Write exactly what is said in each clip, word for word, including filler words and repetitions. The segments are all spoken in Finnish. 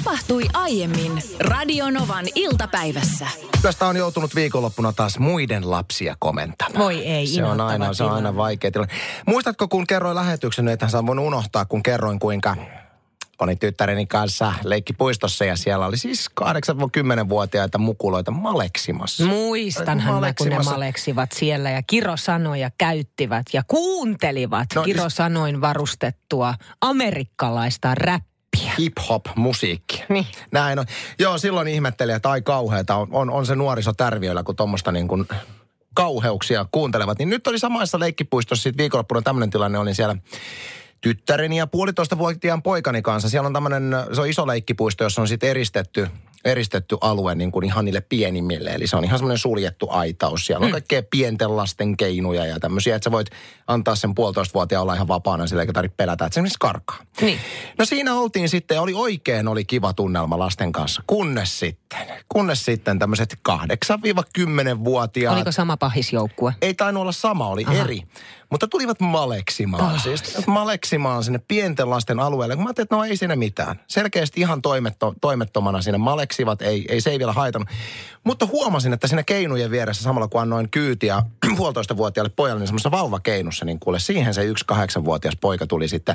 tapahtui aiemmin Radionovan iltapäivässä. Tästä on joutunut viikonloppuna taas muiden lapsia komentamaan. Voi ei, se on aina, se on aina vaikea tilanne. Muistatko, kun kerroin lähetyksen, että sä voin unohtaa, kun kerroin, kuinka olin tyttäreni kanssa leikkipuistossa ja siellä oli siis kahdeksan-kymmenen-vuotiaita mukuloita maleksimassa. Muistanhan mä, kun ne maleksivat siellä ja kirosanoja käyttivät ja kuuntelivat no, kirosanoin varustettua amerikkalaista räppiä. Hip-hop-musiikki. Niin. Näin on. Joo, silloin ihmettelin, että ai kauheeta on, on, on se nuoriso tärviöllä, kun tuommoista niin kuin kauheuksia kuuntelevat. Niin nyt oli samassa leikkipuistossa sitten viikonloppuna tämmöinen tilanne, olin siellä tyttäreni ja puolitoista vuotiaan poikani kanssa. Siellä on tämmöinen, se on iso leikkipuisto, jossa on sitten eristetty, eristetty alue niin kuin ihan niille pienimmille. Eli se on ihan semmoinen suljettu aitaus. Siellä on mm. kaikkea pienten lasten keinuja ja tämmöisiä, että sä voit antaa sen puolitoista-vuotiaan olla ihan vapaana sille, eikä tarvitse pelätä, että se esimerkiksi karkaa. Niin. No siinä oltiin sitten, ja oli oikein oli kiva tunnelma lasten kanssa, kunnes sitten, kunnes sitten tämmöiset kahdeksan-kymmenen-vuotiaat. Oliko sama pahisjoukkue? Ei tainnut olla sama, oli Aha. eri. Mutta tulivat maleksimaan, oh. siis maleksimaan sinne pienten lasten alueelle. Kun mä ajattelin, että no ei siinä mitään. Selkeästi ihan toimetto, toimettomana sinne maleksivat, ei, ei se ei vielä haitannut. Mutta huomasin, että siinä keinujen vieressä samalla kun annoin kyytiä puolitoistavuotiaalle pojalle, niin semmoisessa vauvakeinussa, niin kuule siihen se yksi kahdeksanvuotias poika tuli sitten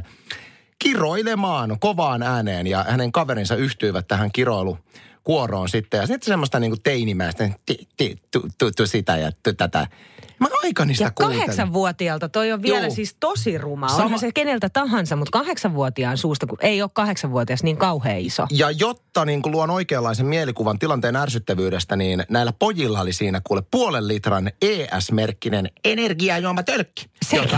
kiroilemaan kovaan ääneen ja hänen kaverinsa yhtyivät tähän kiroilukuoroon sitten. Ja sitten semmoista niin kuin teinimäistä, ti, ti, tu, tu, tu, sitä ja tu, tätä. Mä aikani sitä ja kuuntelin. kahdeksanvuotiaalta toi on vielä Joo. siis tosi ruma. Sama... Onhan se keneltä tahansa, mutta kahdeksanvuotiaan suusta, kun ei ole kahdeksanvuotias niin kauhean iso. Ja jotta niin luon oikeanlaisen mielikuvan tilanteen ärsyttävyydestä, niin näillä pojilla oli siinä kuule puolen litran E S-merkkinen energiajuomatölkki, jota,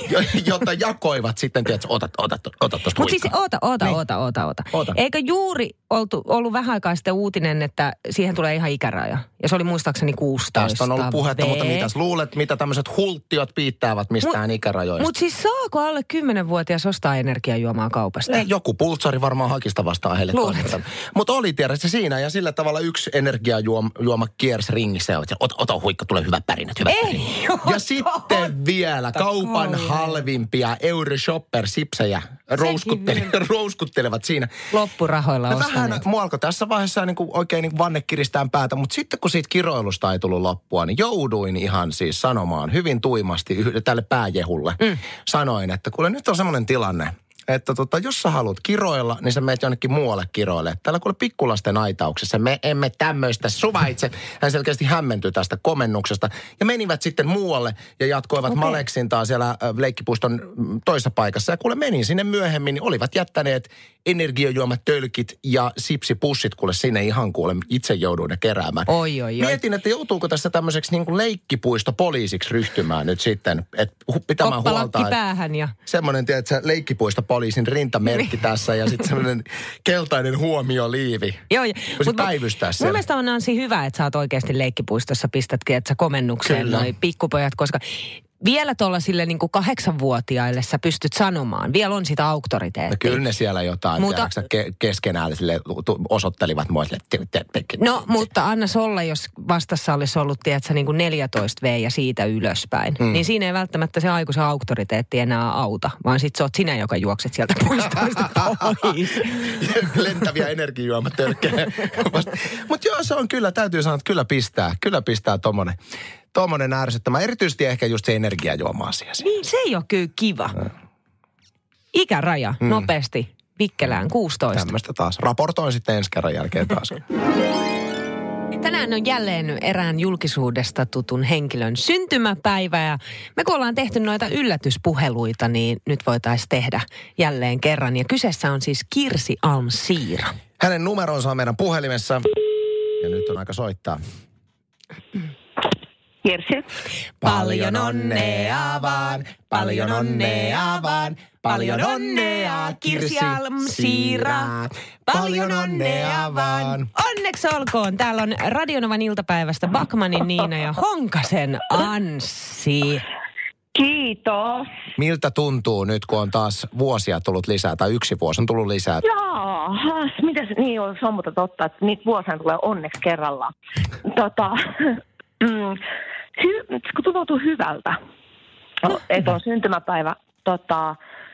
jota jakoivat sitten, tiedätkö, ota, ota, ota tuosta Mutta siis ota, ota, niin. ota, ota, ota, ota. Eikö juuri oltu, ollut vähän aikaa sitten uutinen, että siihen tulee ihan ikäraja? Ja se oli muistaakseni kuusitoista. Tästä on ollut puhetta, v. mutta mitäs luulet, mitä tämmöiset hulttiot piittäävät mistään mut, ikärajoista? Mutta siis saako alle kymmenenvuotias ostaa energiajuomaa kaupasta? Ei, joku pultsari varmaan hakista vastaan heille toimittanut. Mutta oli tiedätkö siinä ja sillä tavalla yksi energiajuoma kiersi ringissä. Ja ota, ota huikka, tulee hyvä pärinät, hyvä pärinät. Ja sitten vielä kaupan Oi. halvimpia Euroshopper-sipsejä rouskuttele, rouskuttelevat siinä. Loppurahoilla no ostaneet. Vähän, mua alkoi tässä vaiheessa niin kuin oikein niin kuin vanne kiristään päätä, mutta sitten kun siitä kiroilusta ei tullut loppua, niin jouduin ihan siis sanomaan hyvin tuimasti tälle pääjehulle. Mm. Sanoin, että kuule nyt on semmoinen tilanne, että tota, jos sä haluat kiroilla, niin sä meet jonnekin muualle kiroille. Täällä kuule pikkulasten aitauksessa me emme tämmöistä suvaitse. Hän selkeästi hämmentyi tästä komennuksesta. Ja menivät sitten muualle ja jatkoivat okay. maleksintaa siellä leikkipuiston toisessa paikassa. Ja kuule menin sinne myöhemmin, niin olivat jättäneet energiajuomatölkit ja sipsipussit kuule sinne ihan kuule itse jouduin ne keräämään. Oi, oi, oi. Mietin, että joutuuko tässä tämmöiseksi niin kuin leikkipuistopoliisiksi ryhtymään nyt sitten. Että pitämään Oppalakki huolta. päähän ja... Semmoinen, tiedätkö, leikkipuistopoliisin rintamerkki tässä ja sitten semmoinen keltainen huomioliivi. Joo, ja, voisi päivystää siellä. Mun mielestä on Ansi hyvä, että sä oot oikeasti leikkipuistossa pistätkin, että sä komennukseen Kyllä. noi pikkupojat, koska vielä tuollaisille niin kuin kahdeksanvuotiaille sä pystyt sanomaan. Vielä on sitä auktoriteettia. No kyllä ne siellä jotain, mutta ke- keskenään sille osoittelivat mua sille. No, mutta anna olla, jos vastassa olisi ollut, tiedätkö, niin kuin neljätoista vuotta ja siitä ylöspäin. Mm. Niin siinä ei välttämättä se aikuisen auktoriteetti enää auta, vaan sit sä oot sinä, joka juokset sieltä puistoista pois. Lentäviä energiajuomatölkkejä. Mutta joo, se on kyllä, täytyy sanoa, että kyllä pistää, kyllä pistää tommonen. Tuommoinen ärsyttämä. Erityisesti ehkä just se energiajuoma-asia. Niin, se ei ole kyllä kiva. Mm. Ikäraja, mm. nopeasti, vikkelään, kuusitoista. Tämmöistä taas. Raportoin sitten ensi kerran jälkeen taas. Tänään on jälleen erään julkisuudesta tutun henkilön syntymäpäivä ja me kun ollaan tehty noita yllätyspuheluita, niin nyt voitaisiin tehdä jälleen kerran. Ja kyseessä on siis Kirsi Almsiira. Hänen numeronsa on meidän puhelimessa ja nyt on aika soittaa. Kirsi. Paljon onnea vaan, paljon onnea vaan, paljon onnea Kirsi Almsiira. Paljon onnea vaan. Onneksi olkoon. Täällä on Radionovan iltapäivästä Backmanin Niina ja Honkasen Anssi. Kiitos. Miltä tuntuu nyt, kun on taas vuosia tullut lisää, tai yksi vuosi on tullut lisää? Jaa, mitäs, niin on, se on mutta totta, että niitä vuosia tulee onneksi kerrallaan. Tota, mm, hy, kun tuntuu hyvältä, että on syntymäpäivä, tota,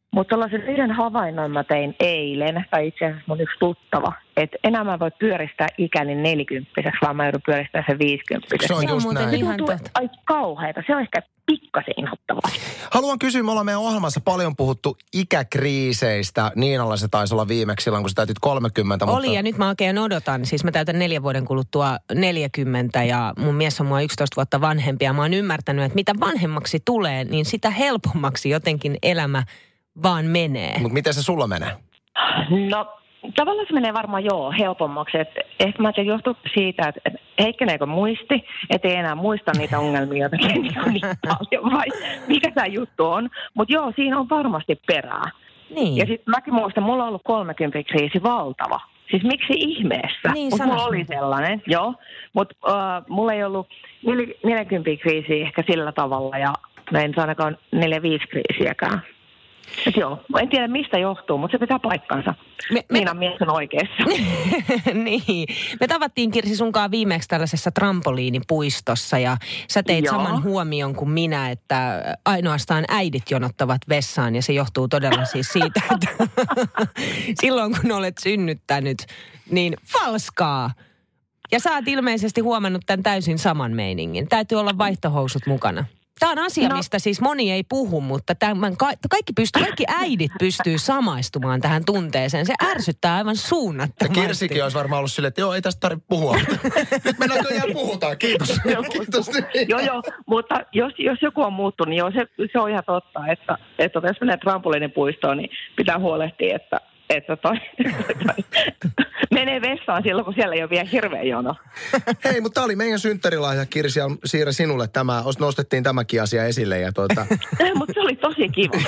Mutta tällaisen yhden havainnon mä tein eilen, tai itse asiassa mun yksi tuttava, että enää mä voi pyöristää ikäni nelikymppiseksi, vaan mä joudun pyöristää sen viisikymppiseksi. Se on Se on just muuten näin. ihan Tuntuu totta. aika kauheita. Se on ehkä pikkasen inhottavaa. Haluan kysyä, me ollaan meidän ohjelmassa paljon puhuttu ikäkriiseistä. Niinalla se taisi olla viimeksi silloin, kun sä täytit kolmekymmentä. Oli mutta... ja nyt mä oikein odotan. Siis mä täytän neljän vuoden kuluttua neljäkymmentä ja mun mies on mua yksitoista vuotta vanhempi. Ja mä oon ymmärtänyt, että mitä vanhemmaksi tulee, niin sitä helpommaksi jotenkin elämä vaan menee. Mutta miten se sulla menee? No tavallaan se menee varmaan joo helpommaksi. Et ehkä mä en tiedä, johtuu siitä, että et heikkeneekö muisti, ettei enää muista niitä ongelmia jotenkin niin, niin paljon vai mikä tämä juttu on. Mutta joo, siinä on varmasti perää. Niin. Ja sitten mäkin muistan, mulla on ollut kolmekymmentä-kriisi valtava. Siis miksi ihmeessä? Niin, Mutta mulla sanas oli muuten. sellainen, joo. Mutta uh, mulla ei ollut neljäkymmentä-kriisiä ehkä sillä tavalla ja mä en saa ainakaan neljä-viisi-kriisiäkään. Et joo, en tiedä mistä johtuu, mutta se pitää paikkansa. Me, me... Niina mies on oikeassa. niin. Me tavattiin Kirsi sunkaan viimeksi tällaisessa trampoliinipuistossa ja sä teit Joo. saman huomion kuin minä, että ainoastaan äidit jonottavat vessaan ja se johtuu todella siis siitä, että silloin kun olet synnyttänyt, niin falskaa. Ja sä oot ilmeisesti huomannut tämän täysin saman meiningin. Täytyy olla vaihtohousut mukana. Tämä on asia, No. mistä siis moni ei puhu, mutta tämän, ka- kaikki, pystyy, kaikki äidit pystyy samaistumaan tähän tunteeseen. Se ärsyttää aivan Ja suunnattomasti. Kirsikin olisi varmaan ollut silleen, että joo, ei tästä tarvitse puhua. Nyt me näköjään puhutaan, kiitos. kiitos. joo, joo, mutta jos, jos joku on muuttunut, niin joo, se, se on ihan totta, että, että jos menee trampoliinipuistoon, niin pitää huolehtia, että, että toi, toi menee vessaan silloin, kun siellä ei ole vielä hirveä jono. Hei, mutta tämä oli meidän synttärilahja, Kirsi, ja Siirrä sinulle tämä. Nostettiin tämäkin asia esille. Ja tuota... Mutta se oli tosi kiva.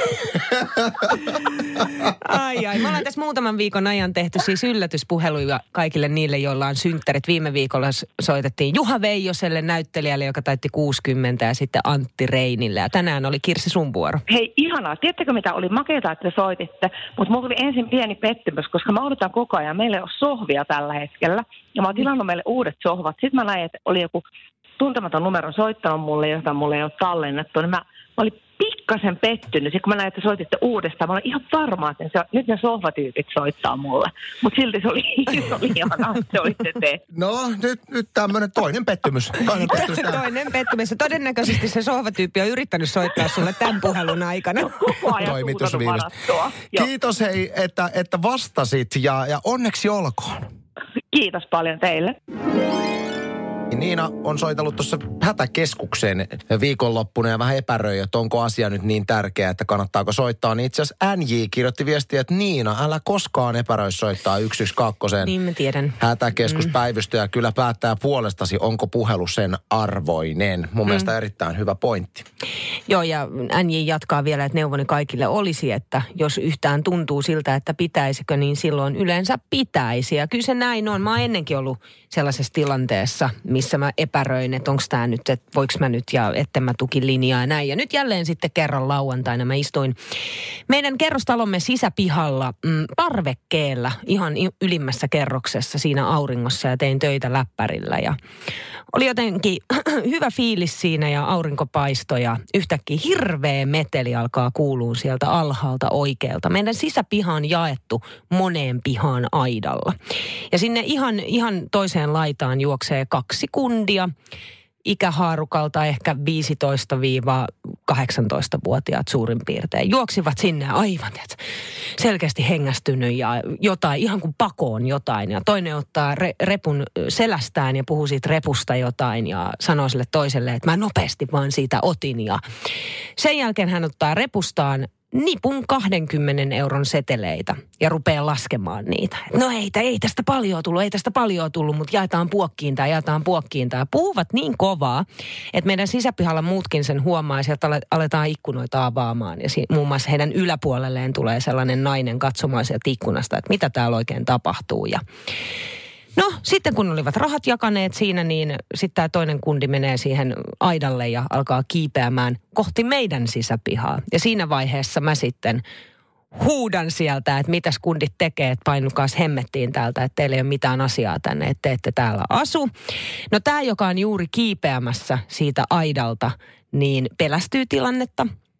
Ai ai, me ollaan tässä muutaman viikon ajan tehty siis yllätyspuheluja kaikille niille, joilla on synttärit. Viime viikolla s- soitettiin Juha Veijoselle näyttelijälle, joka täytti kuusikymmentä ja sitten Antti Reinille. Ja tänään oli Kirsi sun vuoro. Hei, ihanaa. Tiedättekö mitä oli makeata, että te soititte, mutta mulla oli ensin pieni pettymys, koska mä odotan koko ajan. Meillä ei ole sohvia tällä hetkellä ja mä oon tilannut meille uudet sohvat. Sitten mä näin, että oli joku tuntematon numero soittanut mulle, jota mulle ei ole tallennettu. Niin mä, mä olin pikkasen pettynyt. Sitten kun mä näin, että soititte uudestaan, mä olin ihan varma, että se, nyt ne sohvatyypit soittaa mulle. Mutta silti se oli, se oli ihanaa, että se olitte te. No, nyt, nyt tämmöinen toinen pettymys. Toinen pettymys tähän. Toinen pettymys. Todennäköisesti se sohvatyyppi on yrittänyt soittaa sulle tämän puhelun aikana. Koko ajan Toimitus huutanut viimeistä. varattua. Joo. Kiitos hei, että, että vastasit ja, ja onneksi olkoon. Kiitos paljon teille. Niina on soitellut tuossa hätäkeskukseen viikonloppuna ja vähän epäröi, että onko asia nyt niin tärkeä, että kannattaako soittaa. Niin itse asiassa N J kirjoitti viestiä, että Niina, älä koskaan epäröi soittaa yksi yksi kaksi. Niin mä tiedän. Hätäkeskuspäivystäjä kyllä päättää puolestasi, onko puhelu sen arvoinen. Mun mm. mielestä erittäin hyvä pointti. Joo, ja N J jatkaa vielä, että neuvoni kaikille olisi, että jos yhtään tuntuu siltä, että pitäisikö, niin silloin yleensä pitäisi. Ja kyllä se näin on. Mä oon ennenkin ollut sellaisessa tilanteessa, missä mä epäröin, että onko tämä nyt, että voiko mä nyt ja etten mä tuki linjaa ja näin. Ja nyt jälleen sitten kerran lauantaina mä istuin meidän kerrostalomme sisäpihalla mm, parvekkeella ihan ylimmässä kerroksessa siinä auringossa ja tein töitä läppärillä ja oli jotenkin hyvä fiilis siinä ja aurinko paistoi ja yhtäkkiä hirveä meteli alkaa kuulua sieltä alhaalta oikealta. Meidän sisäpiha on jaettu moneen pihaan aidalla. Ja sinne ihan, ihan toiseen laitaan juoksee kaksi kundia. Ikähaarukalta ehkä viisitoista kahdeksantoista-vuotiaat suurin piirtein. Juoksivat sinne aivan, tiedätkö, selkeästi hengästynyt ja jotain, ihan kuin pakoon jotain. Ja toinen ottaa re, repun selästään ja puhuu siitä repusta jotain ja sanoo sille toiselle, että mä nopeasti vaan siitä otin. Ja sen jälkeen hän ottaa repustaan nipun kahdenkymmenen euron seteleitä ja rupeaa laskemaan niitä. No ei, ei tästä paljon tullut, ei tästä paljon tullut, mutta jaetaan puokkiin tai jaetaan puokkiin tai puhuvat niin kovaa, että meidän sisäpihalla muutkin sen huomaa ja sieltä aletaan ikkunoita avaamaan. Ja si- muun muassa heidän yläpuolelleen tulee sellainen nainen katsomaan sieltä ikkunasta, että mitä täällä oikein tapahtuu. Ja no, sitten kun olivat rahat jakaneet siinä, niin sitten tämä toinen kundi menee siihen aidalle ja alkaa kiipeämään kohti meidän sisäpihaa. Ja siinä vaiheessa mä sitten huudan sieltä, että mitäs kundit tekee, että painukaas hemmettiin täältä, että teillä ei ole mitään asiaa tänne, että te ette täällä asu. No tämä, joka on juuri kiipeämässä siitä aidalta, niin pelästyy tilannetta.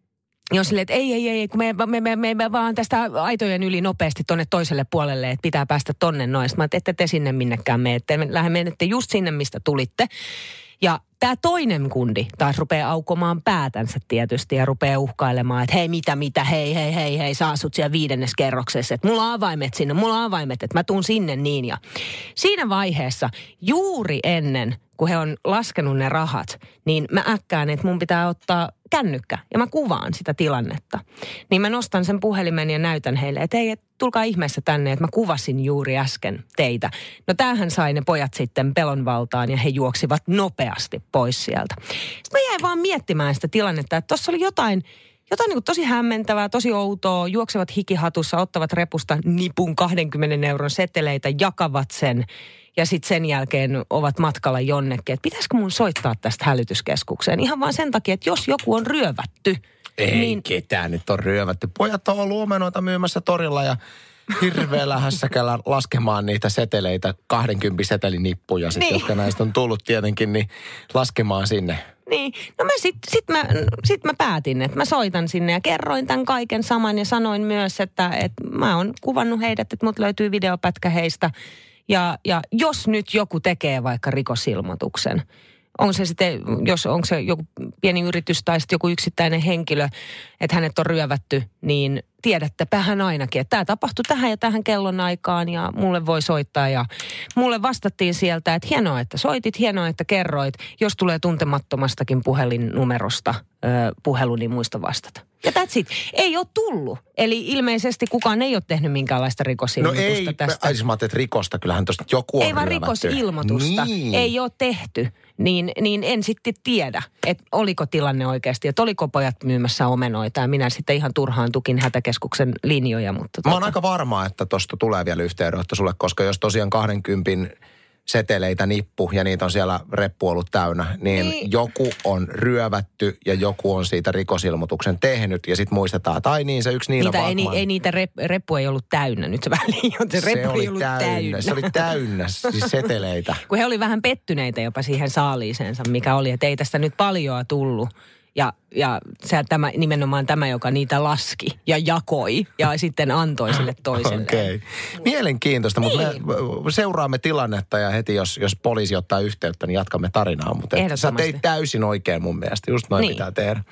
Jos silleen, että ei, ei, ei, kun me, me, me, me, me vaan tästä aitojen yli nopeasti tonne toiselle puolelle, että pitää päästä tonne noin. Sitten mä että ette te sinne minnekään menette. Menette just sinne, mistä tulitte. Ja tämä toinen kundi taas rupeaa aukomaan päätänsä tietysti ja rupeaa uhkailemaan, että hei mitä, mitä, hei, hei, hei, hei, saa sut siellä viidennes kerroksessa. Että mulla on avaimet sinne, mulla on avaimet, että mä tuun sinne niin. Ja siinä vaiheessa juuri ennen, kun he on laskenut ne rahat, niin mä äkkään, että mun pitää ottaa kännykkä ja mä kuvaan sitä tilannetta. Niin mä nostan sen puhelimen ja näytän heille, että hei, et, tulkaa ihmeessä tänne, että mä kuvasin juuri äsken teitä. No tämähän sai ne pojat sitten pelon valtaan ja he juoksivat nopeasti pois sieltä. Sitten mä jäin vaan miettimään sitä tilannetta, että tuossa oli jotain, jotain niin kuin tosi hämmentävää, tosi outoa. Juoksevat hikihatussa, ottavat repusta nipun kahdenkymmenen euron seteleitä, jakavat sen. Ja sitten sen jälkeen ovat matkalla jonnekin, että pitäisikö mun soittaa tästä hälytyskeskukseen? Ihan vaan sen takia, että jos joku on ryövätty. Ei niin ketään nyt on ryövätty. Pojat on ollut omenoita myymässä torilla ja hirveällä hässäkällä laskemaan niitä seteleitä, kahdenkympin setelinippuja, sit, niin. jotka näistä on tullut tietenkin, niin laskemaan sinne. Niin, no mä sit, sit, mä, sit mä päätin, että mä soitan sinne ja kerroin tämän kaiken saman ja sanoin myös, että, että mä oon kuvannut heidät, että mut löytyy videopätkä heistä. Ja, ja jos nyt joku tekee vaikka rikosilmoituksen, on se sitten, jos onko se joku pieni yritys tai sitten joku yksittäinen henkilö, että hänet on ryövätty, niin tiedättepähän ainakin, että tämä tapahtui tähän ja tähän kellonaikaan ja mulle voi soittaa. Ja mulle vastattiin sieltä, että hienoa, että soitit, hienoa, että kerroit. Jos tulee tuntemattomastakin puhelinnumerosta ö, puhelu, niin muista vastata. Ja that's it. Ei ole tullut. Eli ilmeisesti kukaan ei ole tehnyt minkäänlaista rikosilmoitusta no ei, tästä. Ai siis mä ajattelin, että rikosta. Kyllähän tuosta joku on Ei vaan ryövätty. Rikosilmoitusta. Niin. Ei ole tehty. Niin, niin en sitten tiedä, että oliko tilanne oikeasti, että oliko pojat myymässä omenoita. Ja minä sitten ihan turhaan tukin hätäkeskuksen linjoja. Mutta mä oon tota... aika varma, että tosta tulee vielä yhteydenotto sulle, koska jos tosiaan kahdenkympin seteleitä nippu ja niitä on siellä reppu ollut täynnä, niin, niin joku on ryövätty ja joku on siitä rikosilmoituksen tehnyt ja sitten muistetaan, että ai niin se yksi Niina niitä, Backman. Ei, ei niitä rep, reppu ei ollut täynnä, nyt se vähän liian, se reppu se oli ei ollut täynnä. täynnä. Se oli täynnä, siis seteleitä. Kun he oli vähän pettyneitä jopa siihen saaliiseensa, mikä oli, että ei tästä nyt paljoa tullut. Ja, ja se, tämä, nimenomaan tämä, joka niitä laski ja jakoi ja sitten antoi sille toiselle. Okei. Okay. Mielenkiintoista, niin. mutta me seuraamme tilannetta ja heti jos, jos poliisi ottaa yhteyttä, niin jatkamme tarinaa. Mutta sä teit täysin oikein mun mielestä. Just noin niin. pitää tehdä.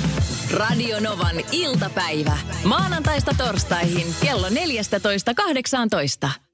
Radio Novan iltapäivä. Maanantaista torstaihin kello neljätoista kahdeksantoista.